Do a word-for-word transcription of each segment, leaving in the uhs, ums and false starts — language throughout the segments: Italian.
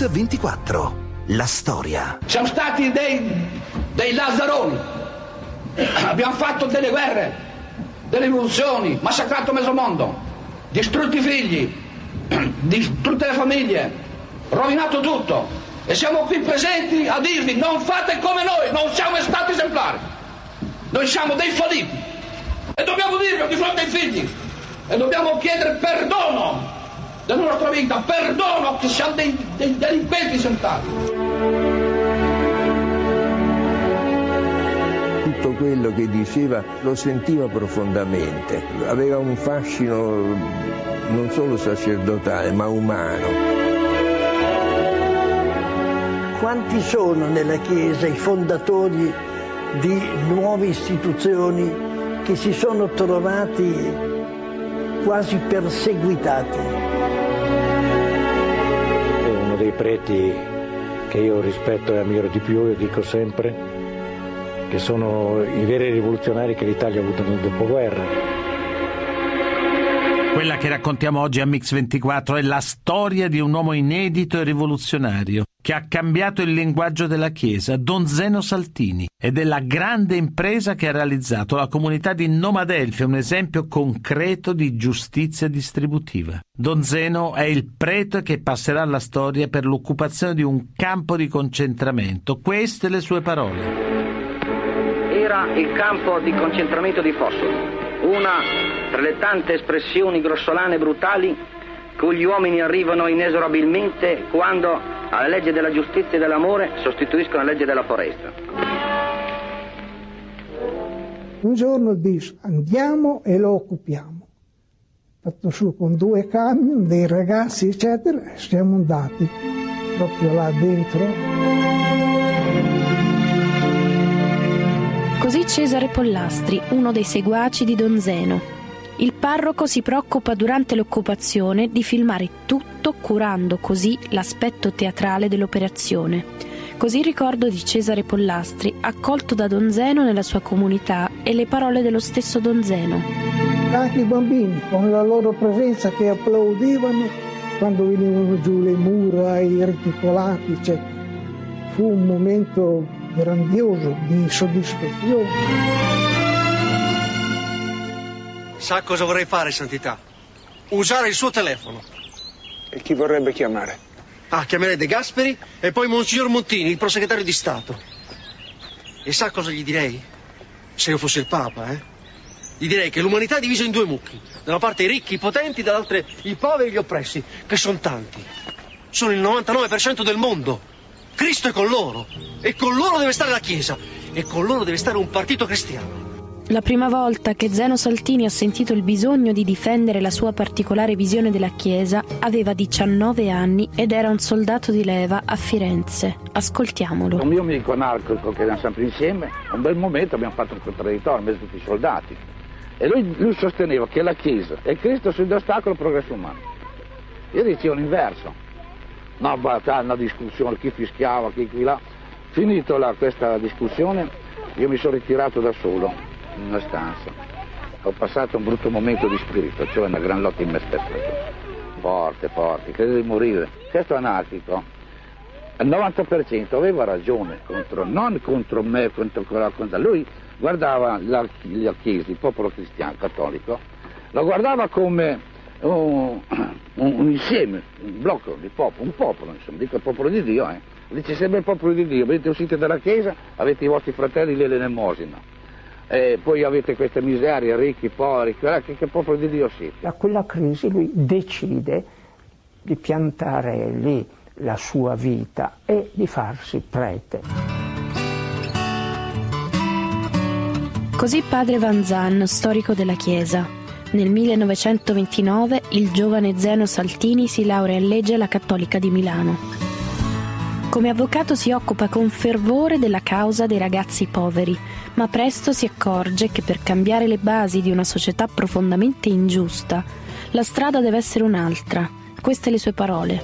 Mix ventiquattro, la storia. Siamo stati dei, dei lazzaroni, abbiamo fatto delle guerre, delle rivoluzioni, massacrato mezzo mondo, distrutti i figli, distrutte le famiglie, rovinato tutto, e siamo qui presenti a dirvi: non fate come noi, non siamo stati esemplari, noi siamo dei falliti e dobbiamo dirlo di fronte ai figli e dobbiamo chiedere perdono della nostra vita, perdono che siamo dei, dei delinquenti esemplari. Tutto quello che diceva lo sentiva profondamente, aveva un fascino non solo sacerdotale ma umano. Quanti sono nella Chiesa i fondatori di nuove istituzioni che si sono trovati quasi perseguitati? È uno dei preti che io rispetto e ammiro di più, io dico sempre che sono i veri rivoluzionari che l'Italia ha avuto nel dopoguerra. Quella che raccontiamo oggi a Mix ventiquattro è la storia di un uomo inedito e rivoluzionario che ha cambiato il linguaggio della Chiesa, Don Zeno Saltini, e della grande impresa che ha realizzato la comunità di Nomadelfia, un esempio concreto di giustizia distributiva. Don Zeno è il prete che passerà alla storia per l'occupazione di un campo di concentramento. Queste le sue parole. Era il campo di concentramento di Fossoli, una tra le tante espressioni grossolane e brutali cui gli uomini arrivano inesorabilmente quando alla legge della giustizia e dell'amore sostituiscono la legge della foresta. Un giorno dice: andiamo e lo occupiamo. Fatto su con due camion, dei ragazzi eccetera, siamo andati proprio là dentro. Così Cesare Pollastri, uno dei seguaci di Don Zeno. Il parroco si preoccupa durante l'occupazione di filmare tutto, curando così l'aspetto teatrale dell'operazione. Così il ricordo di Cesare Pollastri, accolto da Don Zeno nella sua comunità, e le parole dello stesso Don Zeno. Anche i bambini, con la loro presenza, che applaudivano quando venivano giù le mura, i reticolati, eccetera. Fu un momento grandioso di soddisfazione. Sa cosa vorrei fare, Santità? Usare il suo telefono. E chi vorrebbe chiamare? Ah, chiamerei De Gasperi e poi Monsignor Montini, il prosegretario di Stato. E sa cosa gli direi? Se io fossi il Papa, eh? Gli direi che l'umanità è divisa in due mucchi. Da una parte i ricchi, i potenti, dall'altra i poveri e gli oppressi, che sono tanti. Sono il novantanove per cento del mondo. Cristo è con loro. E con loro deve stare la Chiesa. E con loro deve stare un partito cristiano. La prima volta che Zeno Saltini ha sentito il bisogno di difendere la sua particolare visione della Chiesa aveva diciannove anni ed era un soldato di leva a Firenze. Ascoltiamolo. Un mio amico anarchico che eravamo sempre insieme, a un bel momento abbiamo fatto un contraddittorio in mezzo a tutti i soldati e lui, lui sosteneva che la Chiesa e Cristo sono di ostacolo al progresso umano. Io dicevo l'inverso. No, una discussione, chi fischiava, chi qui là. Finito la, questa discussione, io mi sono ritirato da solo in una stanza. Ho passato un brutto momento di spirito, cioè una gran lotta in me stesso. Forte, forte, credo di morire. Questo anarchico, al novanta per cento aveva ragione, contro, non contro me, contro quella cosa. Lui guardava la, la Chiesa, il popolo cristiano, cattolico, lo guardava come un, un, un insieme, un blocco di popolo, un popolo, insomma, dico il popolo di Dio, eh. Dice sempre il popolo di Dio, vedete uscite dalla Chiesa, avete i vostri fratelli l'elemosina. E poi avete queste miserie, ricchi, poveri, che, che popolo di Dio siete? Da quella crisi lui decide di piantare lì la sua vita e di farsi prete. Così padre Vanzan, storico della Chiesa. Nel millenovecentoventinove il giovane Zeno Saltini si laurea in legge alla Cattolica di Milano. Come avvocato si occupa con fervore della causa dei ragazzi poveri, ma presto si accorge che per cambiare le basi di una società profondamente ingiusta, la strada deve essere un'altra. Queste le sue parole.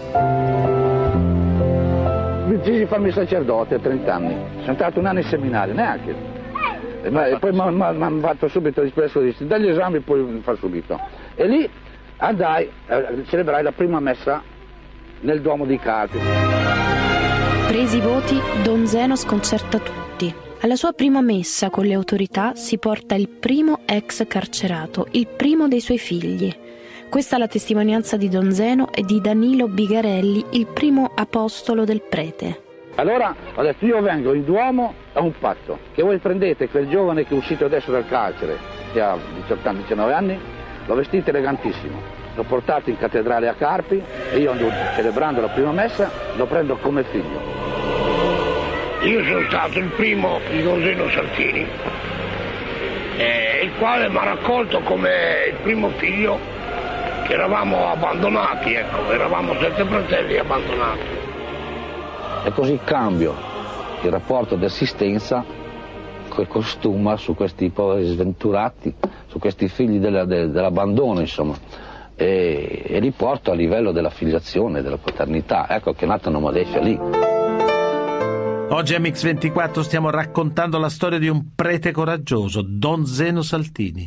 Decisi di farmi sacerdote a trenta anni. Sono stato un anno in seminario, neanche. E, ma, e poi mi hanno fatto subito l'espresso di dagli esami e poi far subito. E lì andai a celebrare la prima messa nel Duomo di Carpi. Presi i voti, Don Zeno sconcerta tutti. Alla sua prima messa con le autorità si porta il primo ex carcerato, il primo dei suoi figli. Questa è la testimonianza di Don Zeno e di Danilo Bigarelli, il primo apostolo del prete. Allora ho detto, io vengo in Duomo a un patto, che voi prendete quel giovane che è uscito adesso dal carcere, che ha diciotto anni, diciannove anni, lo vestite elegantissimo, lo portate in cattedrale a Carpi e io, celebrando la prima messa, lo prendo come figlio. Io sono stato il primo di Don Zeno Saltini, eh, il quale mi ha raccolto come il primo figlio, che eravamo abbandonati, ecco, eravamo sette fratelli abbandonati. E così cambio il rapporto di assistenza col costume su questi poveri sventurati, su questi figli della, de, dell'abbandono, insomma, e, e li porto a livello della filiazione, della paternità. Ecco che è nata una modestia lì. Oggi a Mix ventiquattro stiamo raccontando la storia di un prete coraggioso, Don Zeno Saltini.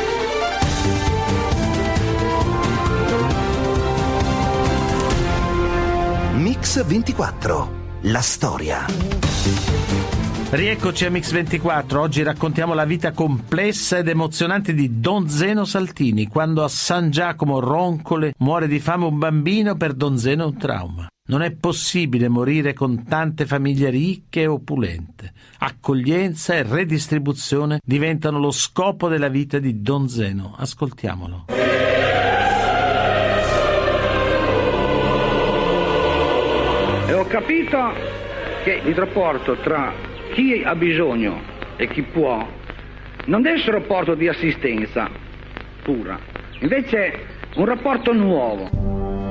Mix ventiquattro, la storia. Rieccoci a Mix ventiquattro, oggi raccontiamo la vita complessa ed emozionante di Don Zeno Saltini, quando a San Giacomo Roncole muore di fame un bambino. Per Don Zeno è un trauma. Non è possibile morire con tante famiglie ricche e opulente. Accoglienza e redistribuzione diventano lo scopo della vita di Don Zeno. Ascoltiamolo. E ho capito che il rapporto tra chi ha bisogno e chi può non deve essere un rapporto di assistenza pura, invece un rapporto nuovo.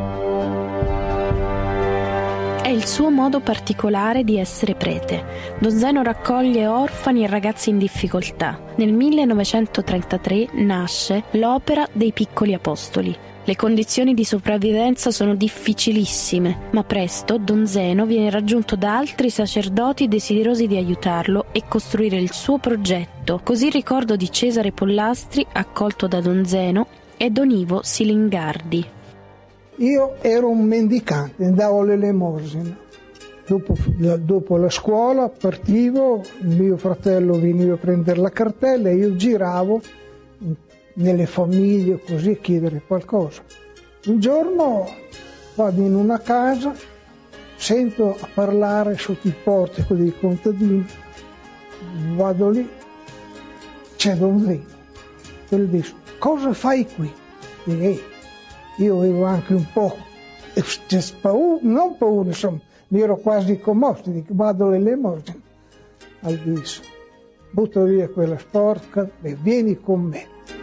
È il suo modo particolare di essere prete. Don Zeno raccoglie orfani e ragazzi in difficoltà. Nel millenovecentotrentatré nasce l'Opera dei Piccoli Apostoli. Le condizioni di sopravvivenza sono difficilissime, ma presto Don Zeno viene raggiunto da altri sacerdoti desiderosi di aiutarlo e costruire il suo progetto. Così il ricordo di Cesare Pollastri, accolto da Don Zeno, e Don Ivo Silingardi. Io ero un mendicante, andavo all'elemosina. Dopo, dopo la scuola partivo, il mio fratello veniva a prendere la cartella e io giravo nelle famiglie così a chiedere qualcosa. Un giorno vado in una casa, sento a parlare sotto il portico dei contadini, vado lì, c'è Don Zeno. Quello dice, cosa fai qui? E io avevo anche un po' paura, non paura, insomma, mi ero quasi commosso, dico, vado all'elemosina. Al viso, butto via quella sporca e vieni con me.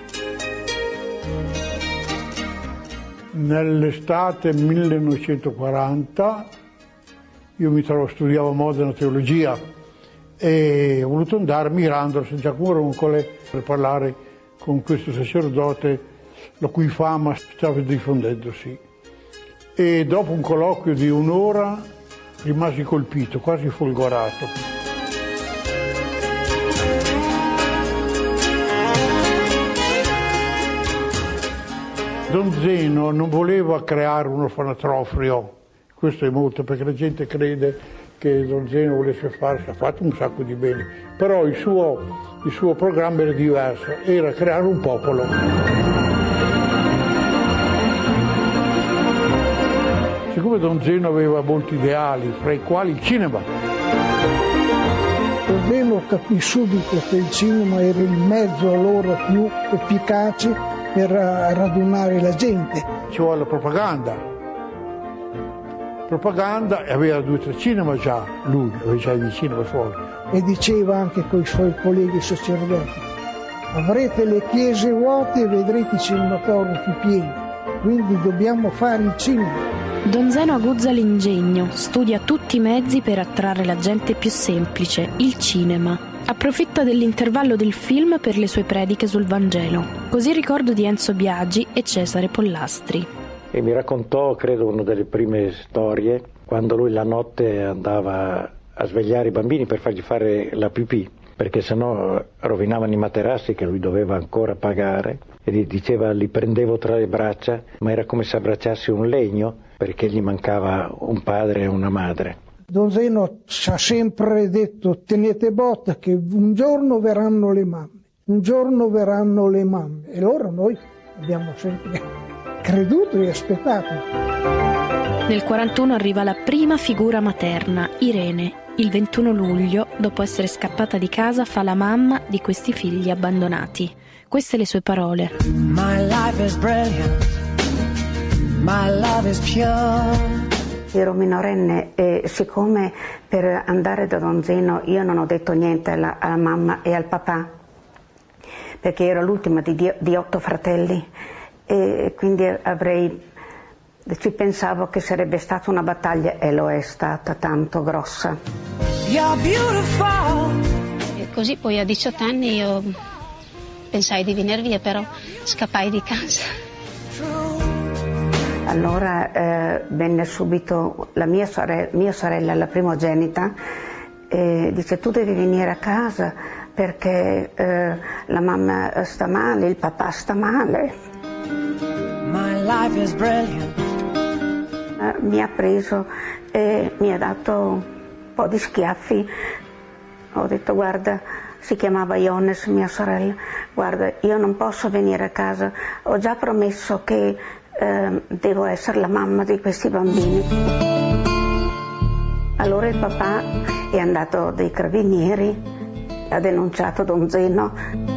Nell'estate millenovecentoquaranta io mi trovo, studiavo a Modena teologia e ho voluto andare a Mirandola, a San Giacomo Roncole, per parlare con questo sacerdote la cui fama stava diffondendosi. E dopo un colloquio di un'ora rimasi colpito, quasi folgorato. Don Zeno non voleva creare un orfanatrofio, questo è molto, perché la gente crede che Don Zeno volesse fare, ha fatto un sacco di bene, però il suo, il suo programma era diverso, era creare un popolo. Siccome Don Zeno aveva molti ideali, fra i quali il cinema. Don Zeno capì subito che il cinema era il mezzo allora più efficace per radunare la gente. Ci vuole la propaganda. Propaganda, e aveva due o tre cinema già, lui aveva già i cinema fuori. E diceva anche con i suoi colleghi sacerdoti, avrete le chiese vuote e vedrete i cinematografi pieni, quindi dobbiamo fare il cinema. Don Zeno aguzza l'ingegno, studia tutti i mezzi per attrarre la gente più semplice, il cinema. Approfitta dell'intervallo del film per le sue prediche sul Vangelo. Così ricordo di Enzo Biagi e Cesare Pollastri. E mi raccontò, credo, una delle prime storie, quando lui la notte andava a svegliare i bambini per fargli fare la pipì. perché sennò rovinavano i materassi che lui doveva ancora pagare, e gli diceva li prendevo tra le braccia, ma era come se abbracciassi un legno perché gli mancava un padre e una madre. Don Zeno ci ha sempre detto: tenete botta che un giorno verranno le mamme, un giorno verranno le mamme, e allora noi abbiamo sempre creduto e aspettato. Nel quarantuno arriva la prima figura materna, Irene. Il ventuno luglio, dopo essere scappata di casa, fa la mamma di questi figli abbandonati. Queste le sue parole. My life is brilliant. My love is pure. Ero minorenne e siccome per andare da Don Zeno io non ho detto niente alla, alla mamma e al papà, perché ero l'ultima di, di otto fratelli, e quindi avrei, ci pensavo che sarebbe stata una battaglia, e lo è stata tanto grossa. E così poi a diciotto anni io pensai di venire via, però scappai di casa. Allora eh, venne subito la mia sorella, mia sorella, la primogenita, e dice: tu devi venire a casa perché eh, la mamma sta male, il papà sta male. My life is brilliant. Eh, mi ha preso e mi ha dato un po' di schiaffi. Ho detto: guarda, si chiamava Iones, mia sorella, guarda, io non posso venire a casa, ho già promesso che eh, devo essere la mamma di questi bambini. Allora il papà è andato dai carabinieri, ha denunciato Don Zeno.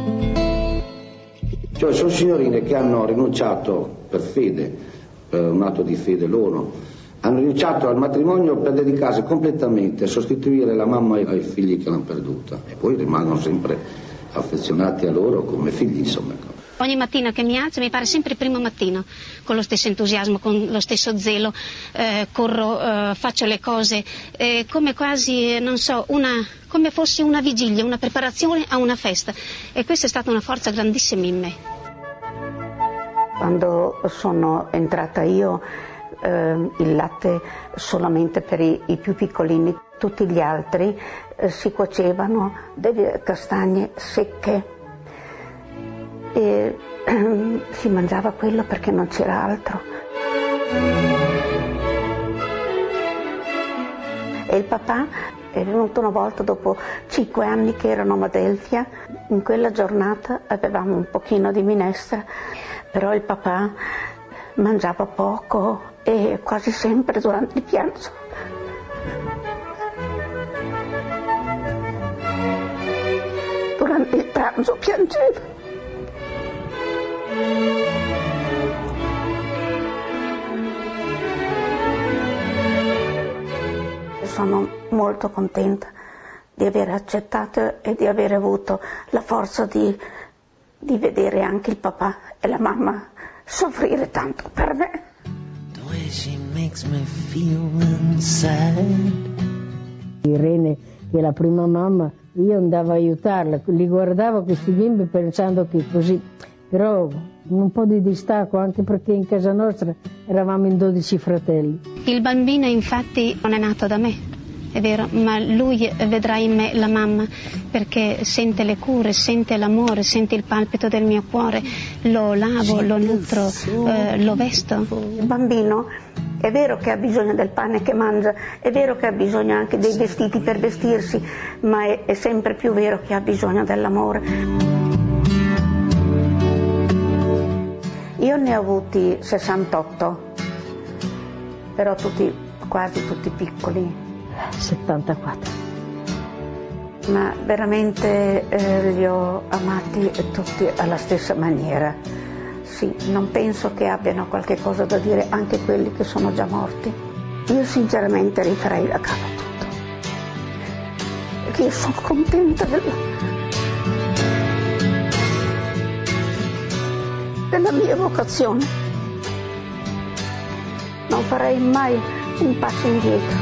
Cioè sono signorine che hanno rinunciato per fede, per un atto di fede loro, hanno rinunciato al matrimonio per dedicarsi completamente a sostituire la mamma ai figli che l'hanno perduta, e poi rimangono sempre affezionati a loro come figli, insomma. Ogni mattina che mi alzo mi pare sempre il primo mattino, con lo stesso entusiasmo, con lo stesso zelo, eh, corro, eh, faccio le cose, eh, come quasi, non so, una, come fosse una vigilia, una preparazione a una festa, e questa è stata una forza grandissima in me. Quando sono entrata io, eh, il latte solamente per i, i più piccolini, tutti gli altri eh, si cuocevano delle castagne secche. E ehm, si mangiava quello perché non c'era altro. E il papà è venuto una volta dopo cinque anni che erano a Madelfia. In quella giornata avevamo un pochino di minestra, però il papà mangiava poco e quasi sempre durante il pranzo. Durante il pranzo piangeva. Sono molto contenta di aver accettato e di aver avuto la forza di, di vedere anche il papà e la mamma soffrire tanto per me. The way she makes me feel inside. Irene, che è la prima mamma, io andavo a aiutarla, li guardavo questi bimbi pensando che così, però un po' di distacco, anche perché in casa nostra eravamo in dodici fratelli. Il bambino infatti non è nato da me, è vero, ma lui vedrà in me la mamma, perché sente le cure, sente l'amore, sente il palpito del mio cuore, lo lavo, lo nutro, eh, lo vesto. Il bambino è vero che ha bisogno del pane che mangia, è vero che ha bisogno anche dei vestiti per vestirsi, ma è, è sempre più vero che ha bisogno dell'amore. Io ne ho avuti sessantotto, però tutti, quasi tutti piccoli. settantaquattro. Ma veramente eh, li ho amati tutti alla stessa maniera. Sì, non penso che abbiano qualche cosa da dire anche quelli che sono già morti. Io sinceramente rifarei da capo tutto. Perché io sono contenta della... della mia vocazione. Non farei mai un passo indietro.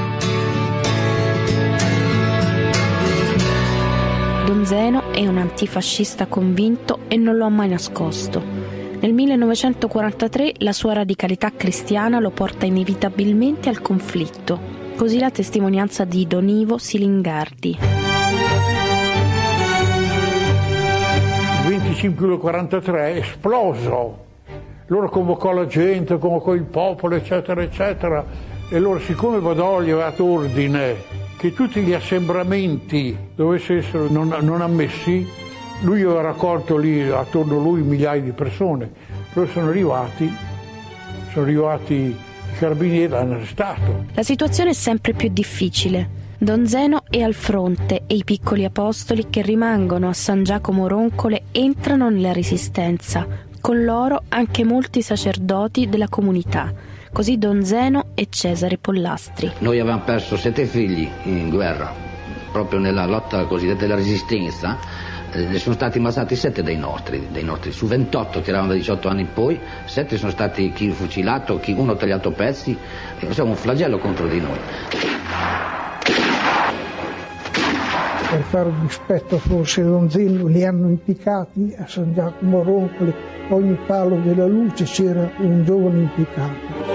Don Zeno è un antifascista convinto e non lo ha mai nascosto. Nel millenovecentoquarantatré la sua radicalità cristiana lo porta inevitabilmente al conflitto, così la testimonianza di Don Ivo Silingardi. dieci più il quarantatré è esploso. Loro convocò la gente, convocò il popolo, eccetera, eccetera. E allora, siccome Badoglio aveva dato ordine che tutti gli assembramenti dovessero essere non, non ammessi, lui aveva raccolto lì attorno a lui migliaia di persone. Loro sono arrivati, sono arrivati i carabinieri e l'hanno arrestato. La situazione è sempre più difficile. Don Zeno è al fronte e i piccoli apostoli che rimangono a San Giacomo Roncole entrano nella resistenza, con loro anche molti sacerdoti della comunità, così Don Zeno e Cesare Pollastri. Noi avevamo perso sette figli in guerra, proprio nella lotta cosiddetta della resistenza, ne sono stati ammazzati sette dei nostri, dei nostri, su ventotto che eravamo da diciotto anni in poi, sette sono stati chi fucilato, chi uno tagliato a pezzi, siamo un flagello contro di noi. Per fare un dispetto forse Don Zeno li hanno impiccati a San Giacomo Roncole, ogni palo della luce c'era un giovane impiccato.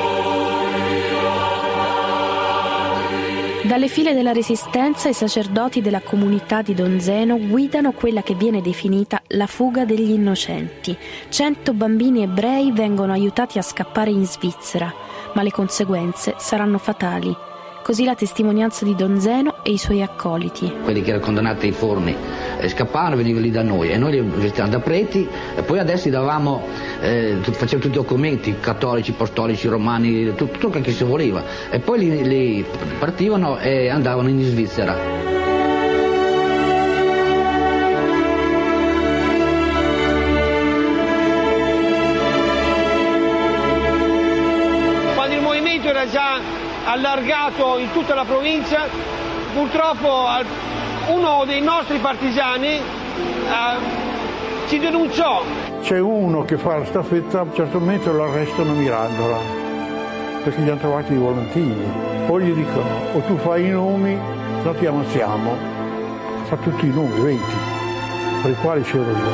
Dalle file della resistenza i sacerdoti della comunità di Don Zeno guidano quella che viene definita la fuga degli innocenti. Cento bambini ebrei vengono aiutati a scappare in Svizzera, ma le conseguenze saranno fatali. Così la testimonianza di Don Zeno e i suoi accoliti. Quelli che erano condannati ai forni eh, scappavano e venivano lì da noi e noi li vestivamo da preti e poi adesso davamo, eh, facevamo tutti i documenti, cattolici, apostolici, romani, tutto, tutto quello che si voleva e poi li, li partivano e andavano in Svizzera. Quando il movimento era già allargato in tutta la provincia, purtroppo uno dei nostri partigiani eh, ci denunciò. C'è uno che fa la staffetta, a un certo momento lo arrestano a Mirandola, perché gli hanno trovati i volantini. Poi gli dicono, o tu fai i nomi, no ti ammazziamo. Fa tutti i nomi, venti, tra i quali c'ero io.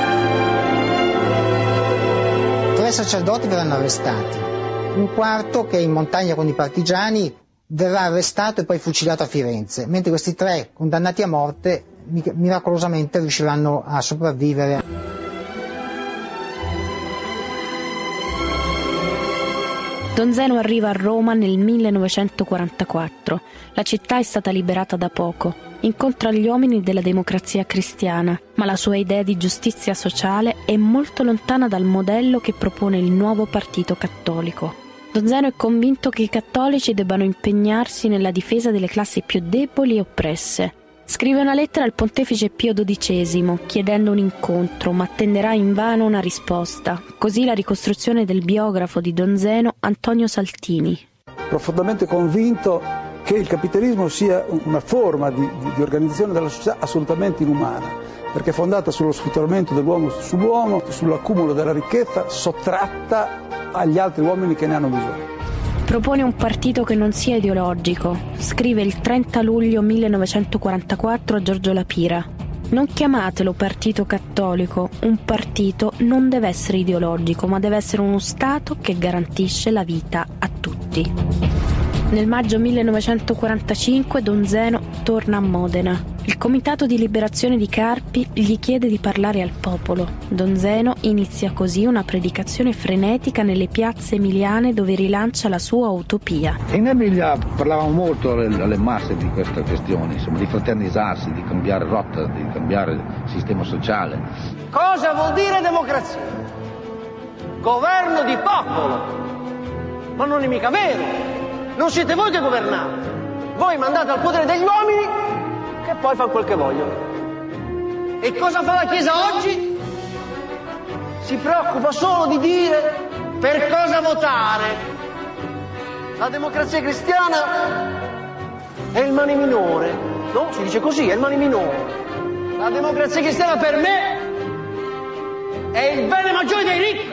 Tre sacerdoti verranno arrestati. Un quarto, che è in montagna con i partigiani, verrà arrestato e poi fucilato a Firenze, mentre questi tre condannati a morte miracolosamente riusciranno a sopravvivere. Don Zeno arriva a Roma nel millenovecentoquarantaquattro. La città è stata liberata da poco. Incontra gli uomini della Democrazia Cristiana, ma la sua idea di giustizia sociale è molto lontana dal modello che propone il nuovo partito cattolico. Don Zeno è convinto che i cattolici debbano impegnarsi nella difesa delle classi più deboli e oppresse. Scrive una lettera al pontefice Pio dodicesimo chiedendo un incontro, ma attenderà invano una risposta. Così la ricostruzione del biografo di Don Zeno, Antonio Saltini. Profondamente convinto che il capitalismo sia una forma di, di, di organizzazione della società assolutamente inumana, perché è fondata sullo sfruttamento dell'uomo sull'uomo, sull'accumulo della ricchezza sottratta agli altri uomini che ne hanno bisogno. Propone un partito che non sia ideologico. Scrive il trenta luglio millenovecentoquarantaquattro a Giorgio La Pira. Non chiamatelo partito cattolico, un partito non deve essere ideologico, ma deve essere uno Stato che garantisce la vita a tutti. Nel maggio millenovecentoquarantacinque Don Zeno torna a Modena. Il Comitato di Liberazione di Carpi gli chiede di parlare al popolo. Don Zeno inizia così una predicazione frenetica nelle piazze emiliane dove rilancia la sua utopia. In Emilia parlavamo molto alle, alle masse di questa questione, insomma, di fraternizzarsi, di cambiare rotta, di cambiare il sistema sociale. Cosa vuol dire democrazia? Governo di popolo. Ma non è mica vero. Non siete voi che governate. Voi mandate al potere degli uomini che poi fanno quel che vogliono. E cosa fa la Chiesa oggi? Si preoccupa solo di dire per cosa votare. La Democrazia Cristiana è il mani minore, no? Si dice così, è il mani minore. La Democrazia Cristiana per me è il bene maggiore dei ricchi.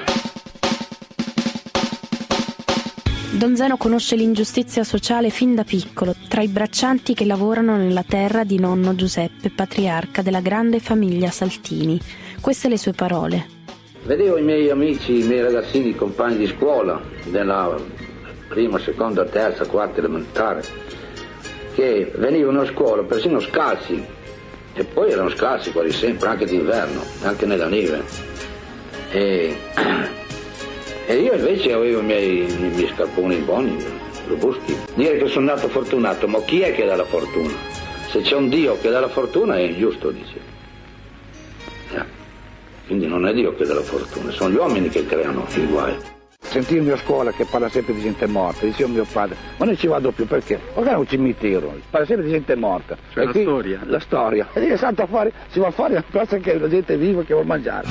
Don Zeno conosce l'ingiustizia sociale fin da piccolo, tra i braccianti che lavorano nella terra di nonno Giuseppe, patriarca della grande famiglia Saltini. Queste le sue parole. Vedevo i miei amici, i miei ragazzini, i compagni di scuola, della prima, seconda, terza, quarta elementare, che venivano a scuola persino scalzi, E poi erano scarsi quasi sempre, anche d'inverno, anche nella neve. E, e io invece avevo i miei, i miei scarponi buoni, robusti. Dire che sono nato fortunato, ma chi è che dà la fortuna? Se c'è un Dio che dà la fortuna è ingiusto, dice. Eh. Quindi non è Dio che dà la fortuna, sono gli uomini che creano i guai. Sentirmi a scuola che parla sempre di gente morta, diceva mio padre, ma non ci vado più perché? Magari è un cimitero, parla sempre di gente morta. Cioè e la qui, storia? La storia. E dice, santo fuori, si va fuori una cosa che la gente è viva che vuole mangiare.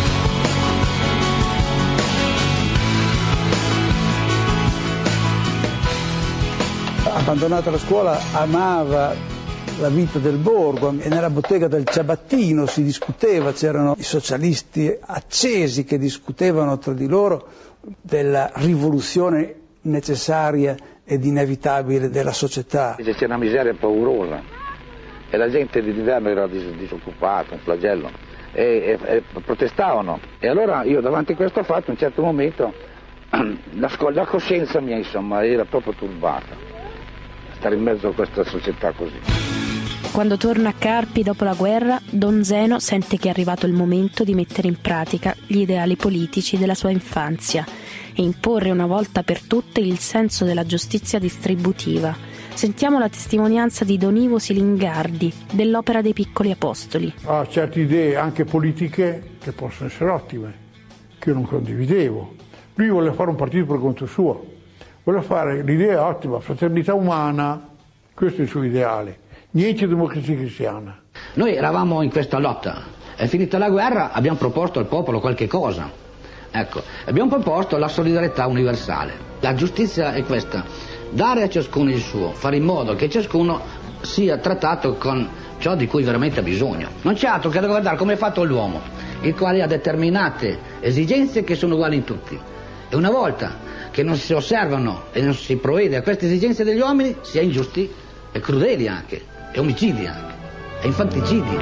Abbandonata la scuola amava la vita del borgo e nella bottega del Ciabattino si discuteva, c'erano i socialisti accesi che discutevano tra di loro della rivoluzione necessaria ed inevitabile della società. C'è una miseria paurosa e la gente d'inverno era dis- disoccupata, un flagello, e, e, e protestavano. E allora io davanti a questo fatto, in un certo momento, la, sco- la coscienza mia insomma era proprio turbata, stare in mezzo a questa società così. Quando torna a Carpi dopo la guerra, Don Zeno sente che è arrivato il momento di mettere in pratica gli ideali politici della sua infanzia e imporre una volta per tutte il senso della giustizia distributiva. Sentiamo la testimonianza di Don Ivo Silingardi dell'Opera dei Piccoli Apostoli. Ha certe idee anche politiche che possono essere ottime, che io non condividevo. Lui voleva fare un partito per conto suo, voleva fare l'idea ottima, fraternità umana, questo è il suo ideale. Niente democrazia cristiana. Noi eravamo in questa lotta, è finita la guerra, abbiamo proposto al popolo qualche cosa. Ecco, abbiamo proposto la solidarietà universale. La giustizia è questa, dare a ciascuno il suo, fare in modo che ciascuno sia trattato con ciò di cui veramente ha bisogno. Non c'è altro che da guardare come è fatto l'uomo, il quale ha determinate esigenze che sono uguali in tutti. E una volta che non si osservano e non si provvede a queste esigenze degli uomini, si è ingiusti e crudeli anche. E omicidi anche, e infanticidi.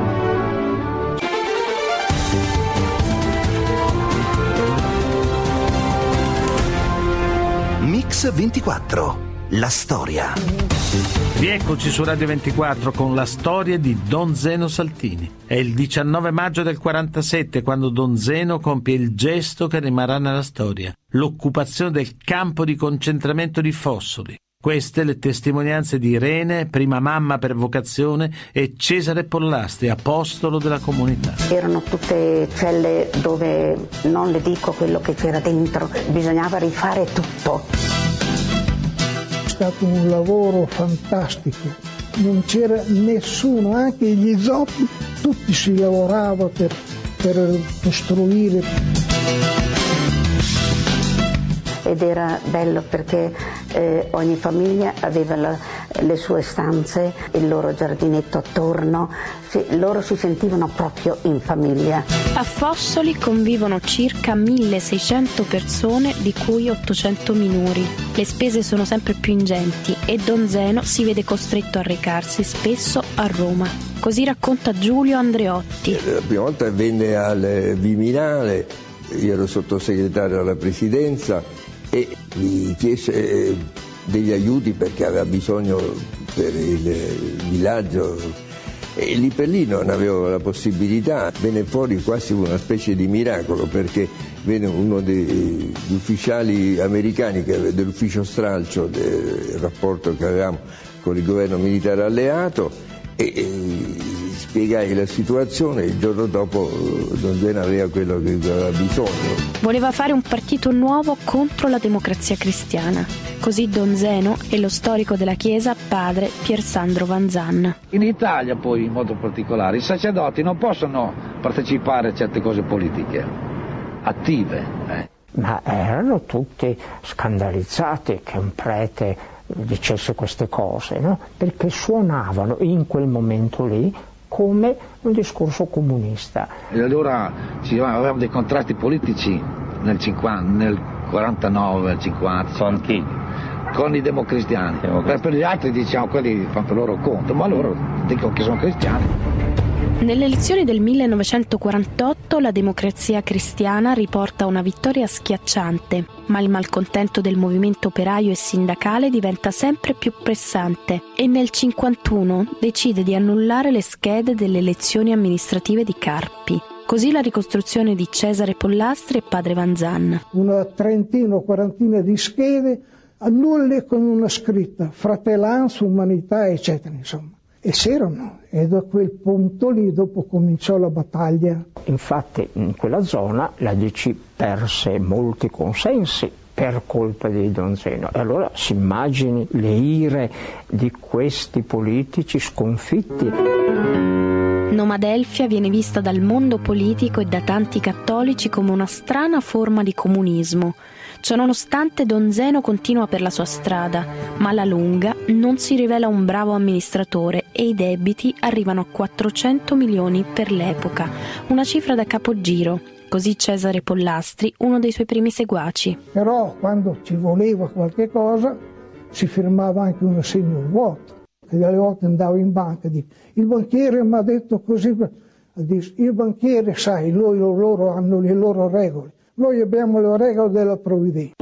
Mix ventiquattro, la storia. Rieccoci su Radio ventiquattro con la storia di Don Zeno Saltini. È il diciannove maggio del quarantasette quando Don Zeno compie il gesto che rimarrà nella storia, l'occupazione del campo di concentramento di Fossoli. Queste le testimonianze di Irene, prima mamma per vocazione, e Cesare Pollastri, apostolo della comunità. Erano tutte celle dove non le dico quello che c'era dentro, bisognava rifare tutto. È stato un lavoro fantastico, non c'era nessuno, anche gli zoppi, tutti si lavorava per, per costruire. Ed era bello perché eh, ogni famiglia aveva la, le sue stanze, il loro giardinetto attorno, sì, loro si sentivano proprio in famiglia. A Fossoli convivono circa milleseicento persone, di cui ottocento minori. Le spese sono sempre più ingenti e Don Zeno si vede costretto a recarsi spesso a Roma. Così racconta Giulio Andreotti. La prima volta venne al Viminale, io ero sottosegretario alla presidenza, e mi chiese degli aiuti perché aveva bisogno per il villaggio e lì per lì non avevo la possibilità. Venne fuori quasi una specie di miracolo perché venne uno degli ufficiali americani che, dell'ufficio stralcio del rapporto che avevamo con il governo militare alleato e, e spiegai la situazione. Il giorno dopo Don Zeno aveva quello che aveva bisogno. Voleva fare un partito nuovo contro la democrazia cristiana. Così Don Zeno e lo storico della Chiesa, padre Pier Sandro Vanzan. In Italia poi in modo particolare i sacerdoti non possono partecipare a certe cose politiche attive. Eh. Ma erano tutti scandalizzati che un prete dicesse queste cose, no? Perché suonavano in quel momento lì come un discorso comunista. E allora ci avevamo dei contrasti politici nel, cinquanta, nel quarantanove, nel cinquanta. Con chi? Con i democristiani. Per, per gli altri diciamo quelli fanno per loro conto, ma loro dicono che sono cristiani. Nelle elezioni del millenovecentoquarantotto la Democrazia Cristiana riporta una vittoria schiacciante, ma il malcontento del movimento operaio e sindacale diventa sempre più pressante e nel cinquantuno decide di annullare le schede delle elezioni amministrative di Carpi. Così la ricostruzione di Cesare Pollastri e padre Vanzan. Una trentina o quarantina di schede annulle con una scritta, fratellanza, umanità, eccetera, insomma. E c'erano, e da quel punto lì dopo cominciò la battaglia. Infatti in quella zona la D C perse molti consensi per colpa di Don Zeno. E allora si immagini le ire di questi politici sconfitti. Nomadelfia viene vista dal mondo politico e da tanti cattolici come una strana forma di comunismo. Ciononostante Don Zeno continua per la sua strada, ma alla lunga non si rivela un bravo amministratore e i debiti arrivano a quattrocento milioni per l'epoca, una cifra da capogiro. Così Cesare Pollastri, uno dei suoi primi seguaci. Però quando ci voleva qualche cosa si firmava anche un assegno vuoto. E delle volte andavo in banca e dico, il banchiere mi ha detto così, il banchiere sai, loro, loro hanno le loro regole. Noi abbiamo le regole della provvidenza.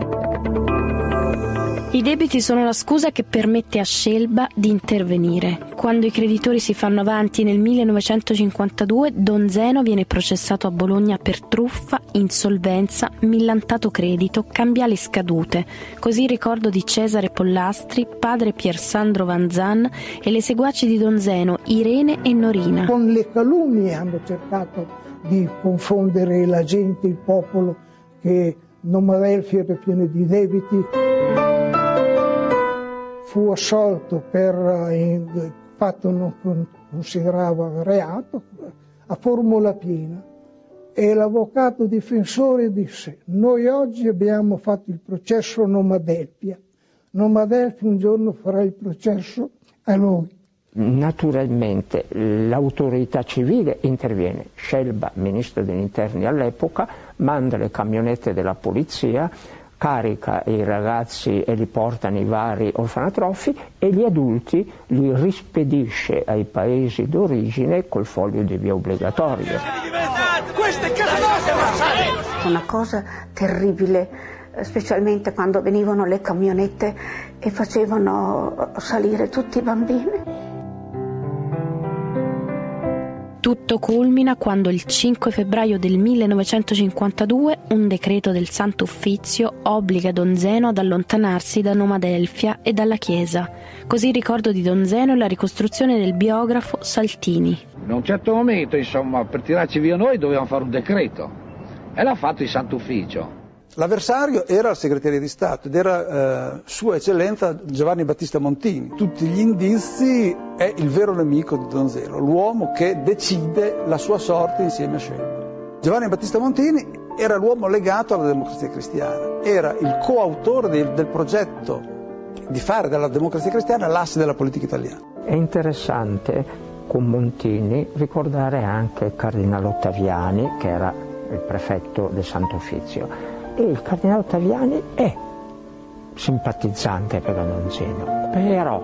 I debiti sono la scusa che permette a Scelba di intervenire. Quando i creditori si fanno avanti nel millenovecentocinquantadue, Don Zeno viene processato a Bologna per truffa, insolvenza, millantato credito, cambiali scadute. Così il ricordo di Cesare Pollastri, padre Piersandro Vanzan e le seguaci di Don Zeno, Irene e Norina. Con le calunnie hanno cercato di confondere la gente, il popolo, che Nomadelfia era pieno di debiti. Fu assolto per il fatto non considerava reato a formula piena e l'avvocato difensore disse: noi oggi abbiamo fatto il processo Nomadelfia, Nomadelfia un giorno farà il processo a noi. Naturalmente l'autorità civile interviene, Scelba, ministro degli interni all'epoca, manda le camionette della polizia, carica i ragazzi e li porta nei vari orfanatrofi e gli adulti li rispedisce ai paesi d'origine col foglio di via obbligatorio. Una cosa terribile, specialmente quando venivano le camionette e facevano salire tutti i bambini. Tutto culmina quando il cinque febbraio del millenovecentocinquantadue un decreto del Santo Uffizio obbliga Don Zeno ad allontanarsi da Nomadelfia e dalla Chiesa. Così il ricordo di Don Zeno e la ricostruzione del biografo Saltini. In un certo momento, insomma, per tirarci via noi dovevamo fare un decreto e l'ha fatto il Santo Ufficio. L'avversario era il segretario di Stato ed era eh, Sua Eccellenza Giovanni Battista Montini. Tutti gli indizi è il vero nemico di Don Zeno, l'uomo che decide la sua sorte insieme a Scelba. Giovanni Battista Montini era l'uomo legato alla Democrazia Cristiana, era il coautore del, del progetto di fare della Democrazia Cristiana l'asse della politica italiana. È interessante con Montini ricordare anche il Cardinale Ottaviani, che era il prefetto del Santo Uffizio. E il Cardinale Ottaviani è simpatizzante per Don Zeno, però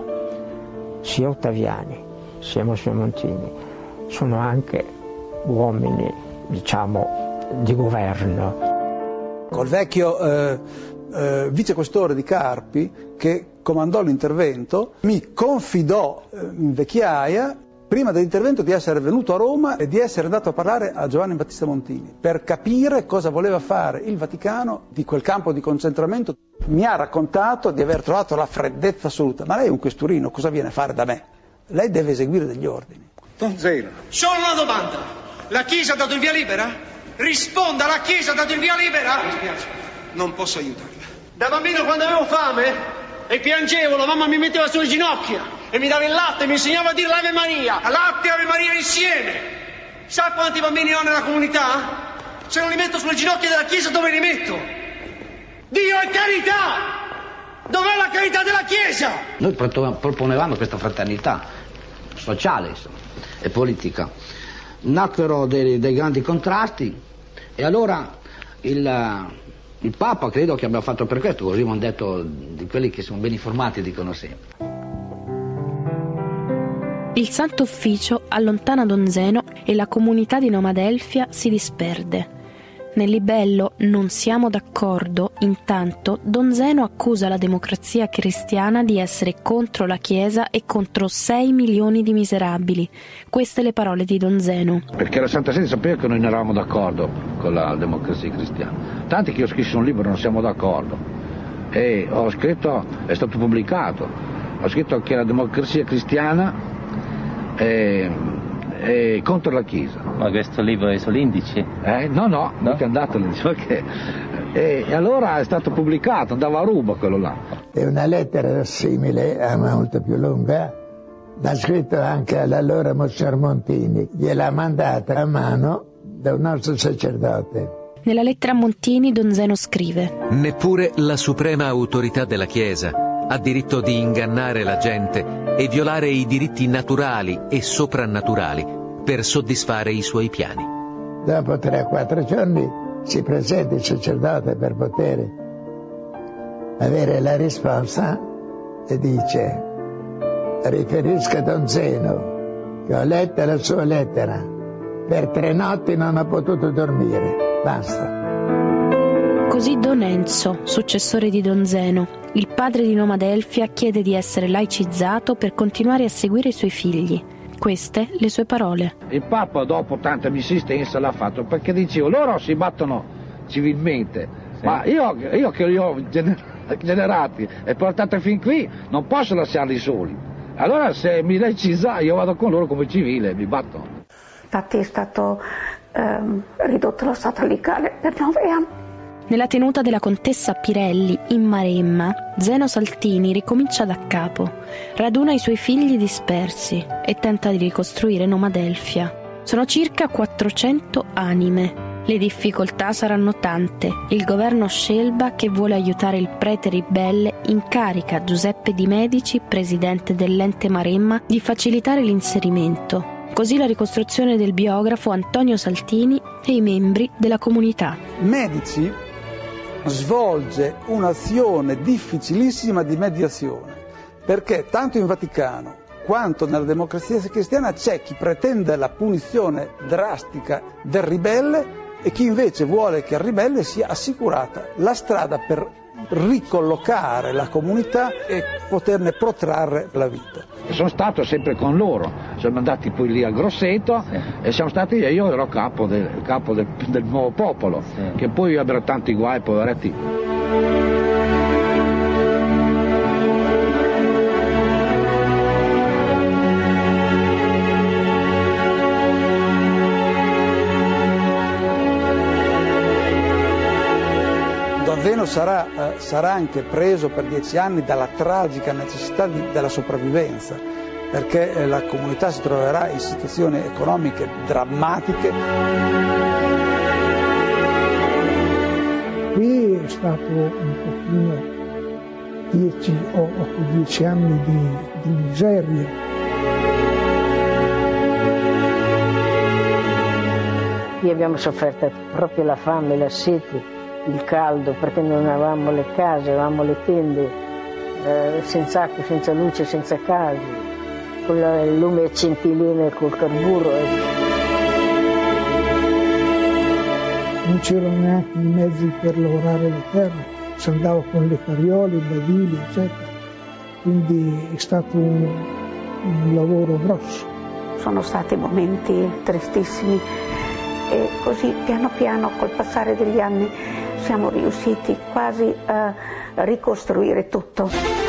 sia Ottaviani sia Monsignor Montini sono anche uomini, diciamo, di governo. Col vecchio eh, eh, vicequestore di Carpi, che comandò l'intervento, mi confidò eh, in vecchiaia prima dell'intervento di essere venuto a Roma e di essere andato a parlare a Giovanni Battista Montini per capire cosa voleva fare il Vaticano di quel campo di concentramento. Mi ha raccontato di aver trovato la freddezza assoluta. Ma lei è un questurino, cosa viene a fare da me? Lei deve eseguire degli ordini. Don Zeno. Solo una domanda. La Chiesa ha dato il via libera? Risponda, la Chiesa ha dato il via libera? Mi spiace, non posso aiutarla. Da bambino quando avevo fame e piangevo, la mamma mi metteva sulle ginocchia e mi dava il latte e mi insegnava a dire l'Ave Maria. Latte e Ave Maria insieme. Sa quanti bambini ho nella comunità? Se non li metto sulle ginocchia della Chiesa, dove li metto? Dio è carità! Dov'è la carità della Chiesa? Noi proponevamo questa fraternità sociale, insomma, e politica. Nacquero dei, dei grandi contrasti e allora il, il Papa credo che abbia fatto per questo, così mi hanno detto di quelli che sono ben informati e dicono sempre. Il Santo Ufficio allontana Don Zeno e la comunità di Nomadelfia si disperde. Nel libello "Non siamo d'accordo", intanto, Don Zeno accusa la democrazia cristiana di essere contro la Chiesa e contro sei milioni di miserabili. Queste le parole di Don Zeno. Perché la Santa Sede sapeva che noi non eravamo d'accordo con la democrazia cristiana. Tanto che io ho scritto un libro, Non siamo d'accordo. E ho scritto, è stato pubblicato, ho scritto che la democrazia cristiana è, è contro la Chiesa. Ma questo libro è sull'indice? Eh? No, no, no, mica è andato l'indice, perché... E allora è stato pubblicato, andava a ruba quello là. È una lettera simile, ma molto più lunga, l'ha scritto anche all'allora Monsignor Montini, gliel'ha mandata a mano da un nostro sacerdote. Nella lettera a Montini Don Zeno scrive: neppure la suprema autorità della Chiesa ha diritto di ingannare la gente e violare i diritti naturali e soprannaturali per soddisfare i suoi piani. Dopo tre o quattro giorni si presenta il sacerdote per poter avere la risposta e dice: riferisco a Don Zeno che ho letto la sua lettera, per tre notti non ho potuto dormire, basta. Così Don Enzo, successore di Don Zeno, il padre di Nomadelfia, chiede di essere laicizzato per continuare a seguire i suoi figli. Queste le sue parole. Il Papa dopo tanta insistenza l'ha fatto perché dicevo, loro si battono civilmente, sì. Ma io, io che li ho gener- generati e portati fin qui non posso lasciarli soli. Allora se mi laicizza io vado con loro come civile, mi batto. Infatti è stato ehm, ridotto lo stato legale per nove anni. Nella tenuta della contessa Pirelli, in Maremma, Zeno Saltini ricomincia da capo, raduna i suoi figli dispersi e tenta di ricostruire Nomadelfia. Sono circa quattrocento anime. Le difficoltà saranno tante. Il governo Scelba, che vuole aiutare il prete ribelle, incarica Giuseppe Di Medici, presidente dell'ente Maremma, di facilitare l'inserimento. Così la ricostruzione del biografo Antonio Saltini e i membri della comunità. Medici svolge un'azione difficilissima di mediazione, perché tanto in Vaticano quanto nella democrazia cristiana c'è chi pretende la punizione drastica del ribelle e chi invece vuole che al ribelle sia assicurata la strada per ricollocare la comunità e poterne protrarre la vita. Sono stato sempre con loro, siamo andati poi lì a Grosseto, sì. E siamo stati, io ero capo del, capo del, del nuovo popolo, sì. Che poi ebbero tanti guai, poveretti. Don Zeno sarà, eh, sarà anche preso per dieci anni dalla tragica necessità di, della sopravvivenza, perché eh, la comunità si troverà in situazioni economiche drammatiche. Qui è stato un pochino dieci o dieci anni di, di miseria. Qui abbiamo sofferto proprio la fame, la sete, il caldo, perché non avevamo le case, avevamo le tende, eh, senza acqua, senza luce, senza case, con il lume a centilline col carburo. Eh. Non c'erano neanche i mezzi per lavorare le terre, si andava con le carriole, i badili, eccetera. Quindi è stato un, un lavoro grosso. Sono stati momenti tristissimi e così piano piano col passare degli anni siamo riusciti quasi a ricostruire tutto.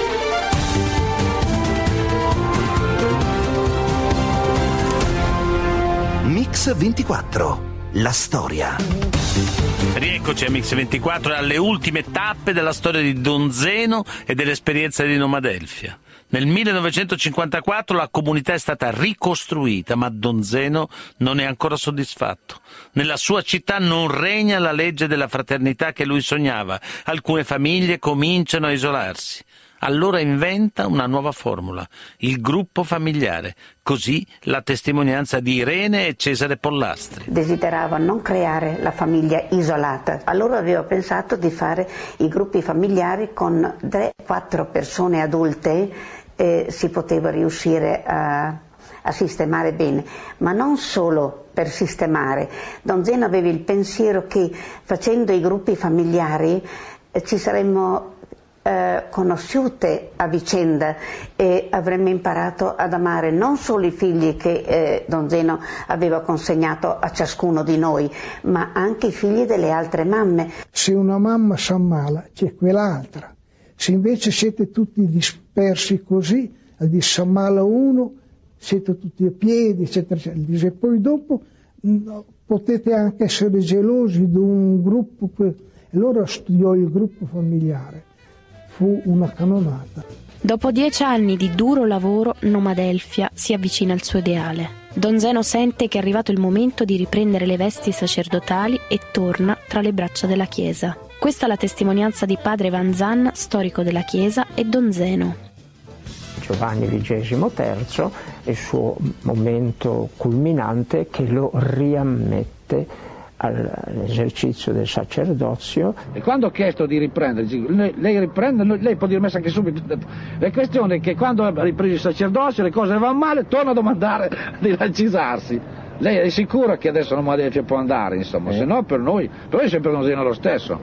Mix ventiquattro, la storia. Rieccoci a Mix ventiquattro e alle ultime tappe della storia di Don Zeno e dell'esperienza di Nomadelfia. Nel millenovecentocinquantaquattro la comunità è stata ricostruita, ma Don Zeno non è ancora soddisfatto. Nella sua città non regna la legge della fraternità che lui sognava. Alcune famiglie cominciano a isolarsi. Allora inventa una nuova formula, il gruppo familiare. Così la testimonianza di Irene e Cesare Pollastri. Desiderava non creare la famiglia isolata. Allora avevo pensato di fare i gruppi familiari con tre quattro persone adulte e si poteva riuscire a, a sistemare bene, ma non solo per sistemare. Don Zeno aveva il pensiero che facendo i gruppi familiari eh, ci saremmo eh, conosciute a vicenda e avremmo imparato ad amare non solo i figli che eh, Don Zeno aveva consegnato a ciascuno di noi, ma anche i figli delle altre mamme. Se una mamma si ammala, c'è quell'altra. Se invece siete tutti dispersi così, si ammala uno, siete tutti a piedi, eccetera, eccetera. E poi dopo no, potete anche essere gelosi di un gruppo. E allora studiò il gruppo familiare. Fu una canonata. Dopo dieci anni di duro lavoro, Nomadelfia si avvicina al suo ideale. Don Zeno sente che è arrivato il momento di riprendere le vesti sacerdotali e torna tra le braccia della Chiesa. Questa è la testimonianza di padre Vanzan, storico della Chiesa, e Don Zeno. Giovanni vigesimo terzo è il suo momento culminante che lo riammette all'esercizio del sacerdozio. E quando ho chiesto di riprendere, lei, lei riprende, lei può dirmi anche subito, la questione è che quando ha ripreso il sacerdozio le cose vanno male, torna a domandare di ranchisarsi. Lei è sicura che adesso Nomadelfia può andare, insomma, eh. se no per noi, per noi è sempre Don Zeno lo stesso.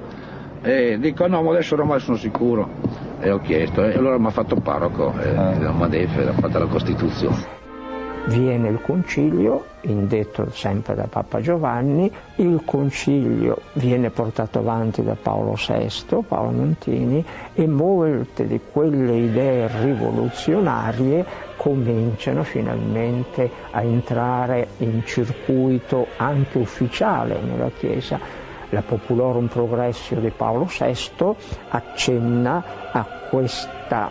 E dico no, ma adesso ormai sono sicuro. E ho chiesto, e allora mi ha fatto parroco, e eh. Nomadelfia ha fatto la Costituzione. Viene il concilio, indetto sempre da Papa Giovanni, il concilio viene portato avanti da Paolo sesto, Paolo Montini, e molte di quelle idee rivoluzionarie cominciano finalmente a entrare in circuito anche ufficiale nella Chiesa. La Populorum Progressio di Paolo sesto accenna a questa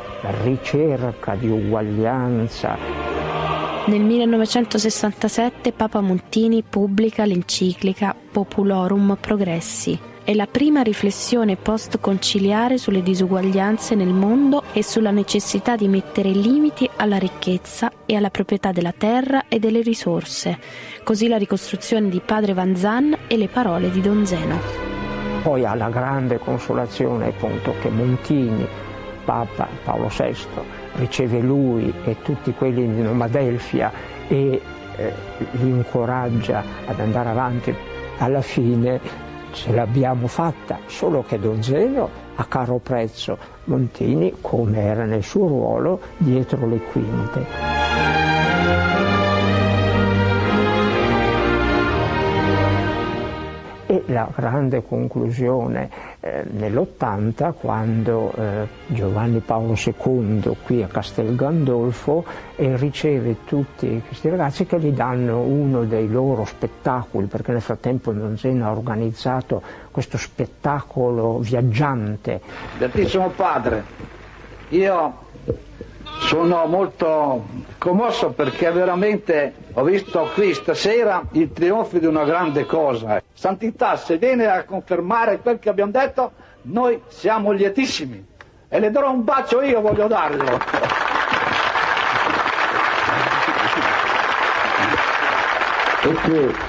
ricerca di uguaglianza. Nel millenovecentosessantasette Papa Montini pubblica l'enciclica Populorum Progressi. È la prima riflessione post-conciliare sulle disuguaglianze nel mondo e sulla necessità di mettere limiti alla ricchezza e alla proprietà della terra e delle risorse. Così la ricostruzione di padre Vanzan e le parole di Don Zeno. Poi ha la grande consolazione appunto che Montini, Papa Paolo sesto, riceve lui e tutti quelli di Nomadelfia e eh, li incoraggia ad andare avanti. Alla fine ce l'abbiamo fatta, solo che Don Zeno a caro prezzo, Montini, come era nel suo ruolo, dietro le quinte. E la grande conclusione eh, nell'ottanta, quando eh, Giovanni Paolo secondo qui a Castel Gandolfo eh, riceve tutti questi ragazzi che gli danno uno dei loro spettacoli, perché nel frattempo Don Zeno ha organizzato questo spettacolo viaggiante. Beatissimo padre, io sono molto commosso perché veramente ho visto qui stasera il trionfo di una grande cosa. Santità, se viene a confermare quel che abbiamo detto, noi siamo lietissimi e le darò un bacio, io voglio darglielo. Ecco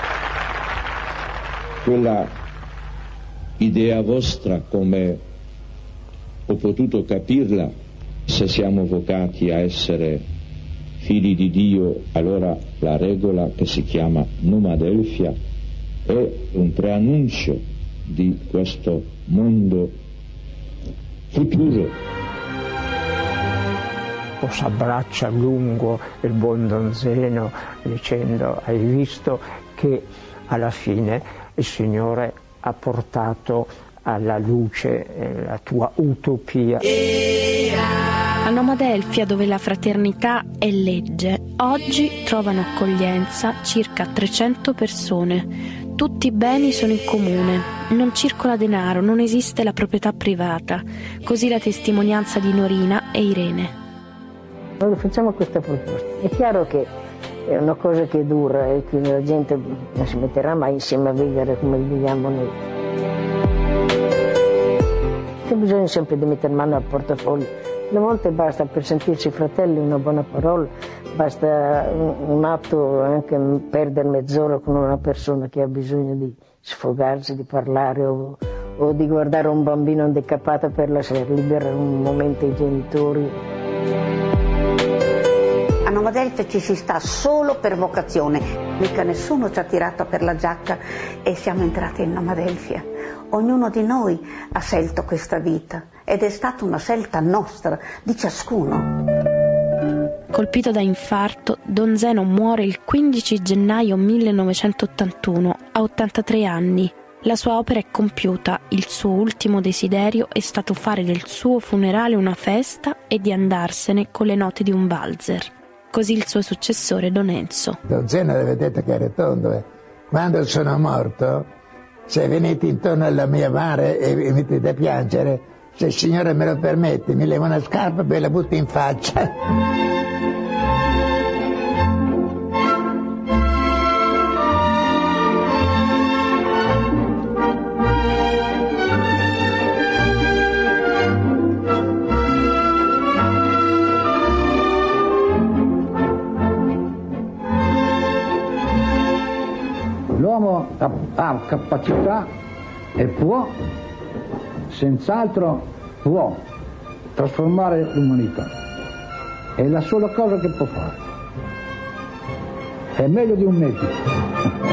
quella idea vostra, come ho potuto capirla. Se siamo vocati a essere figli di Dio, allora la regola che si chiama Nomadelfia è un preannuncio di questo mondo futuro. Poi si abbraccia a lungo il buon Don Zeno dicendo: hai visto che alla fine il Signore ha portato alla luce la tua utopia. A Nomadelfia, dove la fraternità è legge, oggi trovano accoglienza circa trecento persone. Tutti i beni sono in comune, non circola denaro, non esiste la proprietà privata. Così la testimonianza di Norina e Irene. Noi facciamo questa proposta. È chiaro che è una cosa che dura e che la gente non si metterà mai insieme a vivere come viviamo noi. C'è bisogno sempre di mettere mano al portafoglio. Alle volte basta, per sentirsi fratelli, una buona parola, basta un, un atto, anche perdere mezz'ora con una persona che ha bisogno di sfogarsi, di parlare o, o di guardare un bambino handicappato per lasciare libero un momento i genitori. A Nova Delfia ci si sta solo per vocazione, mica nessuno ci ha tirato per la giacca e siamo entrati in Nova Delfia. Ognuno di noi ha scelto questa vita ed è stata una scelta nostra, di ciascuno. Colpito da infarto, Don Zeno muore il quindici gennaio millenovecentottantuno, a ottantatré anni. La sua opera è compiuta, il suo ultimo desiderio è stato fare del suo funerale una festa e di andarsene con le note di un valzer. Così il suo successore Don Enzo. Don Zeno, vedete che era tondo, eh? Quando sono morto, se venite intorno alla mia mare e mi mettete a piangere, se il Signore me lo permette, mi levo una scarpa e ve la butto in faccia. L'uomo ha capacità e può, senz'altro può, trasformare l'umanità. È la sola cosa che può fare. È meglio di un medico.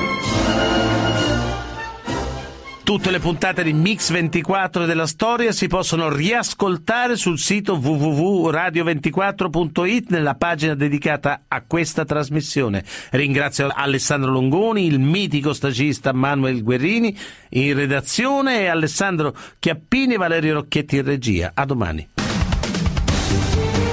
Tutte le puntate di Mix ventiquattro della storia si possono riascoltare sul sito w w w punto radio ventiquattro punto it nella pagina dedicata a questa trasmissione. Ringrazio Alessandro Longoni, il mitico stagista Manuel Guerrini in redazione e Alessandro Chiappini e Valerio Rocchetti in regia. A domani.